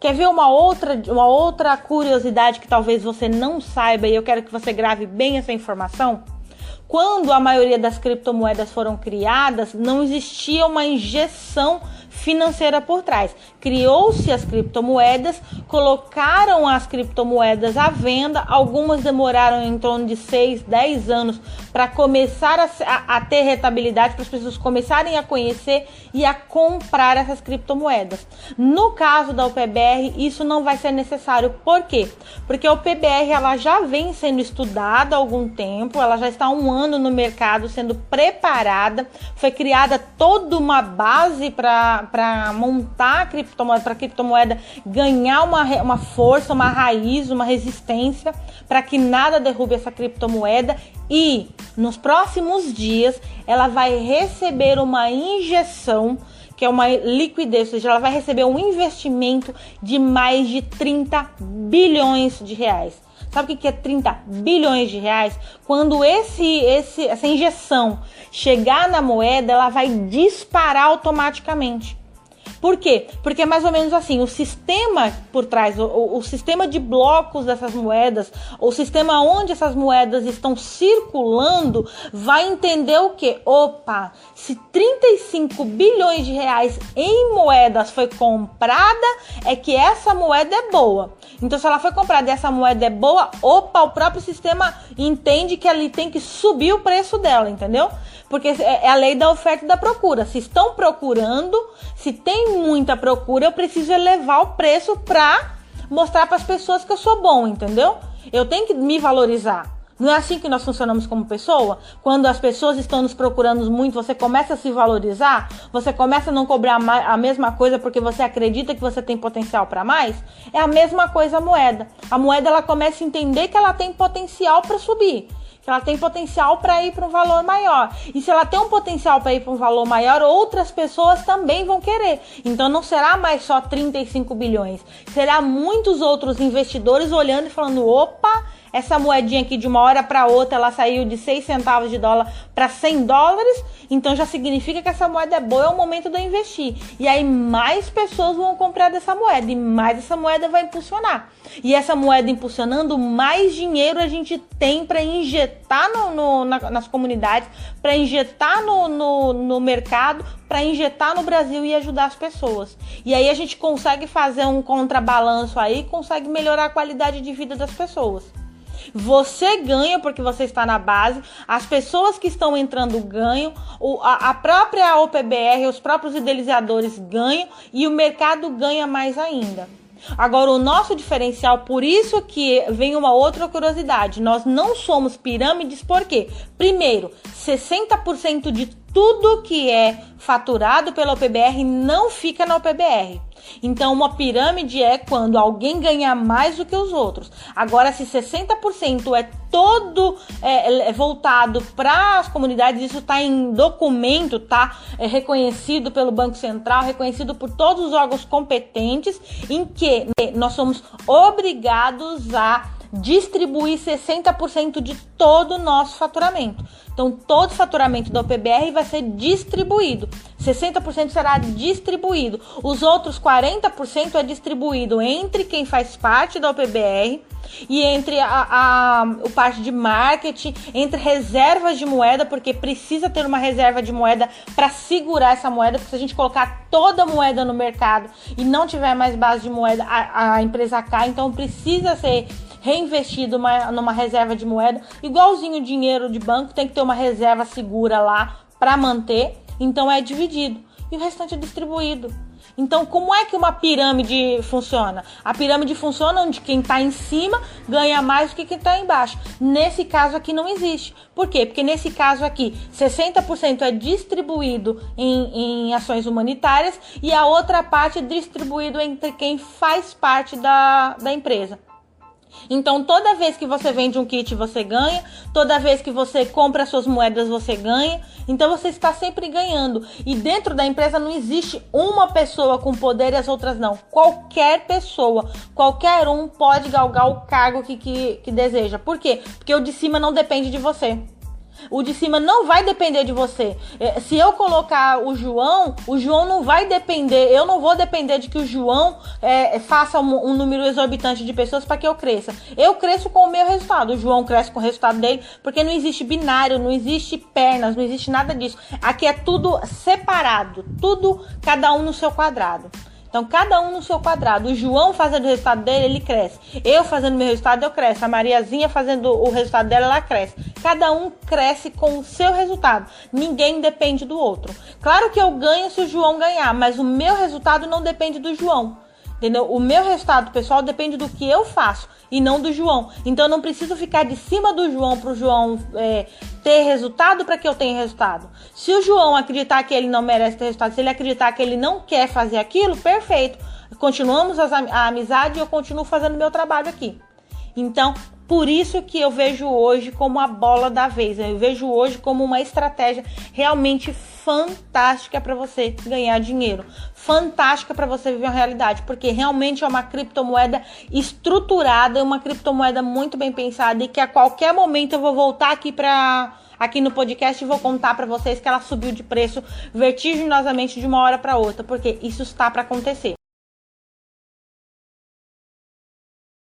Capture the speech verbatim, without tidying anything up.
Quer ver uma outra, uma outra curiosidade que talvez você não saiba e eu quero que você grave bem essa informação? Quando a maioria das criptomoedas foram criadas, não existia uma injeção financeira por trás. Criou-se as criptomoedas, colocaram as criptomoedas à venda, algumas demoraram em torno de seis, dez anos para começar a, a, a ter rentabilidade, para as pessoas começarem a conhecer e a comprar essas criptomoedas. No caso da U P B R, isso não vai ser necessário. Por quê? Porque a U P B R ela já vem sendo estudada há algum tempo, ela já está há um ano no mercado sendo preparada, foi criada toda uma base para para montar a criptomoeda, para a criptomoeda ganhar uma, uma força, uma raiz, uma resistência, para que nada derrube essa criptomoeda e nos próximos dias ela vai receber uma injeção, que é uma liquidez, ou seja, ela vai receber um investimento de mais de trinta bilhões de reais. Sabe o que é trinta bilhões de reais? Quando esse, esse, essa injeção chegar na moeda, ela vai disparar automaticamente. Por quê? Porque é mais ou menos assim, o sistema por trás, o, o sistema de blocos dessas moedas, o sistema onde essas moedas estão circulando, vai entender o quê? Opa, se trinta e cinco bilhões de reais em moedas foi comprada, é que essa moeda é boa. Então, se ela foi comprada e essa moeda é boa, opa, o próprio sistema entende que ali tem que subir o preço dela, entendeu? Porque é a lei da oferta e da procura. Se estão procurando, se tem muita procura, eu preciso elevar o preço para mostrar para as pessoas que eu sou bom, entendeu? Eu tenho que me valorizar. Não é assim que nós funcionamos como pessoa? Quando as pessoas estão nos procurando muito, você começa a se valorizar? Você começa a não cobrar a mesma coisa porque você acredita que você tem potencial para mais? É a mesma coisa a moeda. A moeda ela começa a entender que ela tem potencial para subir, que ela tem potencial para ir para um valor maior. E se ela tem um potencial para ir para um valor maior, outras pessoas também vão querer. Então não será mais só trinta e cinco bilhões. Será muitos outros investidores olhando e falando, opa, essa moedinha aqui de uma hora para outra, ela saiu de seis centavos de dólar para cem dólares, então já significa que essa moeda é boa, é o momento de eu investir. E aí mais pessoas vão comprar dessa moeda e mais essa moeda vai impulsionar. E essa moeda impulsionando, mais dinheiro a gente tem para injetar no, no, na, nas comunidades, para injetar no, no, no mercado, para injetar no Brasil e ajudar as pessoas. E aí a gente consegue fazer um contrabalanço aí, consegue melhorar a qualidade de vida das pessoas. Você ganha porque você está na base, as pessoas que estão entrando ganham, a própria U P B R, os próprios idealizadores ganham e o mercado ganha mais ainda. Agora, o nosso diferencial, por isso que vem uma outra curiosidade, nós não somos pirâmides, por quê? Primeiro, sessenta por cento de tudo que é faturado pela U P B R não fica na U P B R. Então, uma pirâmide é quando alguém ganha mais do que os outros. Agora, se sessenta por cento é todo é, é voltado para as comunidades, isso está em documento, tá é, reconhecido pelo Banco Central, reconhecido por todos os órgãos competentes, em que nós somos obrigados a distribuir sessenta por cento de todo o nosso faturamento. Então, todo o faturamento da U P B R vai ser distribuído. sessenta por cento será distribuído. Os outros quarenta por cento é distribuído entre quem faz parte da U P B R e entre a, a, o parte de marketing, entre reservas de moeda, porque precisa ter uma reserva de moeda para segurar essa moeda, porque se a gente colocar toda a moeda no mercado e não tiver mais base de moeda, a, a empresa cai. Então, precisa ser reinvestido uma, numa reserva de moeda, igualzinho o dinheiro de banco, tem que ter uma reserva segura lá para manter, então é dividido e o restante é distribuído. Então, como é que uma pirâmide funciona? A pirâmide funciona onde quem está em cima ganha mais do que quem está embaixo. Nesse caso aqui não existe. Por quê? Porque nesse caso aqui, sessenta por cento é distribuído em, em ações humanitárias e a outra parte é distribuído entre quem faz parte da, da empresa. Então, toda vez que você vende um kit, você ganha. Toda vez que você compra suas moedas, você ganha. Então, você está sempre ganhando. E dentro da empresa não existe uma pessoa com poder e as outras não. Qualquer pessoa, qualquer um pode galgar o cargo que, que, que deseja. Por quê? Porque o de cima não depende de você. O de cima não vai depender de você. Se eu colocar o João, o João não vai depender, eu não vou depender de que o João é, faça um, um número exorbitante de pessoas para que eu cresça. Eu cresço com o meu resultado, o João cresce com o resultado dele, porque não existe binário, não existe pernas, não existe nada disso. Aqui é tudo separado, tudo, cada um no seu quadrado. Então, cada um no seu quadrado. O João fazendo o resultado dele, ele cresce. Eu fazendo o meu resultado, eu cresço. A Mariazinha fazendo o resultado dela, ela cresce. Cada um cresce com o seu resultado. Ninguém depende do outro. Claro que eu ganho se o João ganhar, mas o meu resultado não depende do João. Entendeu? O meu resultado pessoal depende do que eu faço e não do João. Então eu não preciso ficar de cima do João para o João é, ter resultado para que eu tenha resultado. Se o João acreditar que ele não merece ter resultado, se ele acreditar que ele não quer fazer aquilo, perfeito. Continuamos a amizade e eu continuo fazendo meu trabalho aqui. Então, por isso que eu vejo hoje como a bola da vez. Eu vejo hoje como uma estratégia realmente fantástica para você ganhar dinheiro. Fantástica para você viver uma realidade. Porque realmente é uma criptomoeda estruturada, uma criptomoeda muito bem pensada e que a qualquer momento eu vou voltar aqui para... aqui no podcast e vou contar para vocês que ela subiu de preço vertiginosamente de uma hora para outra. Porque isso está para acontecer.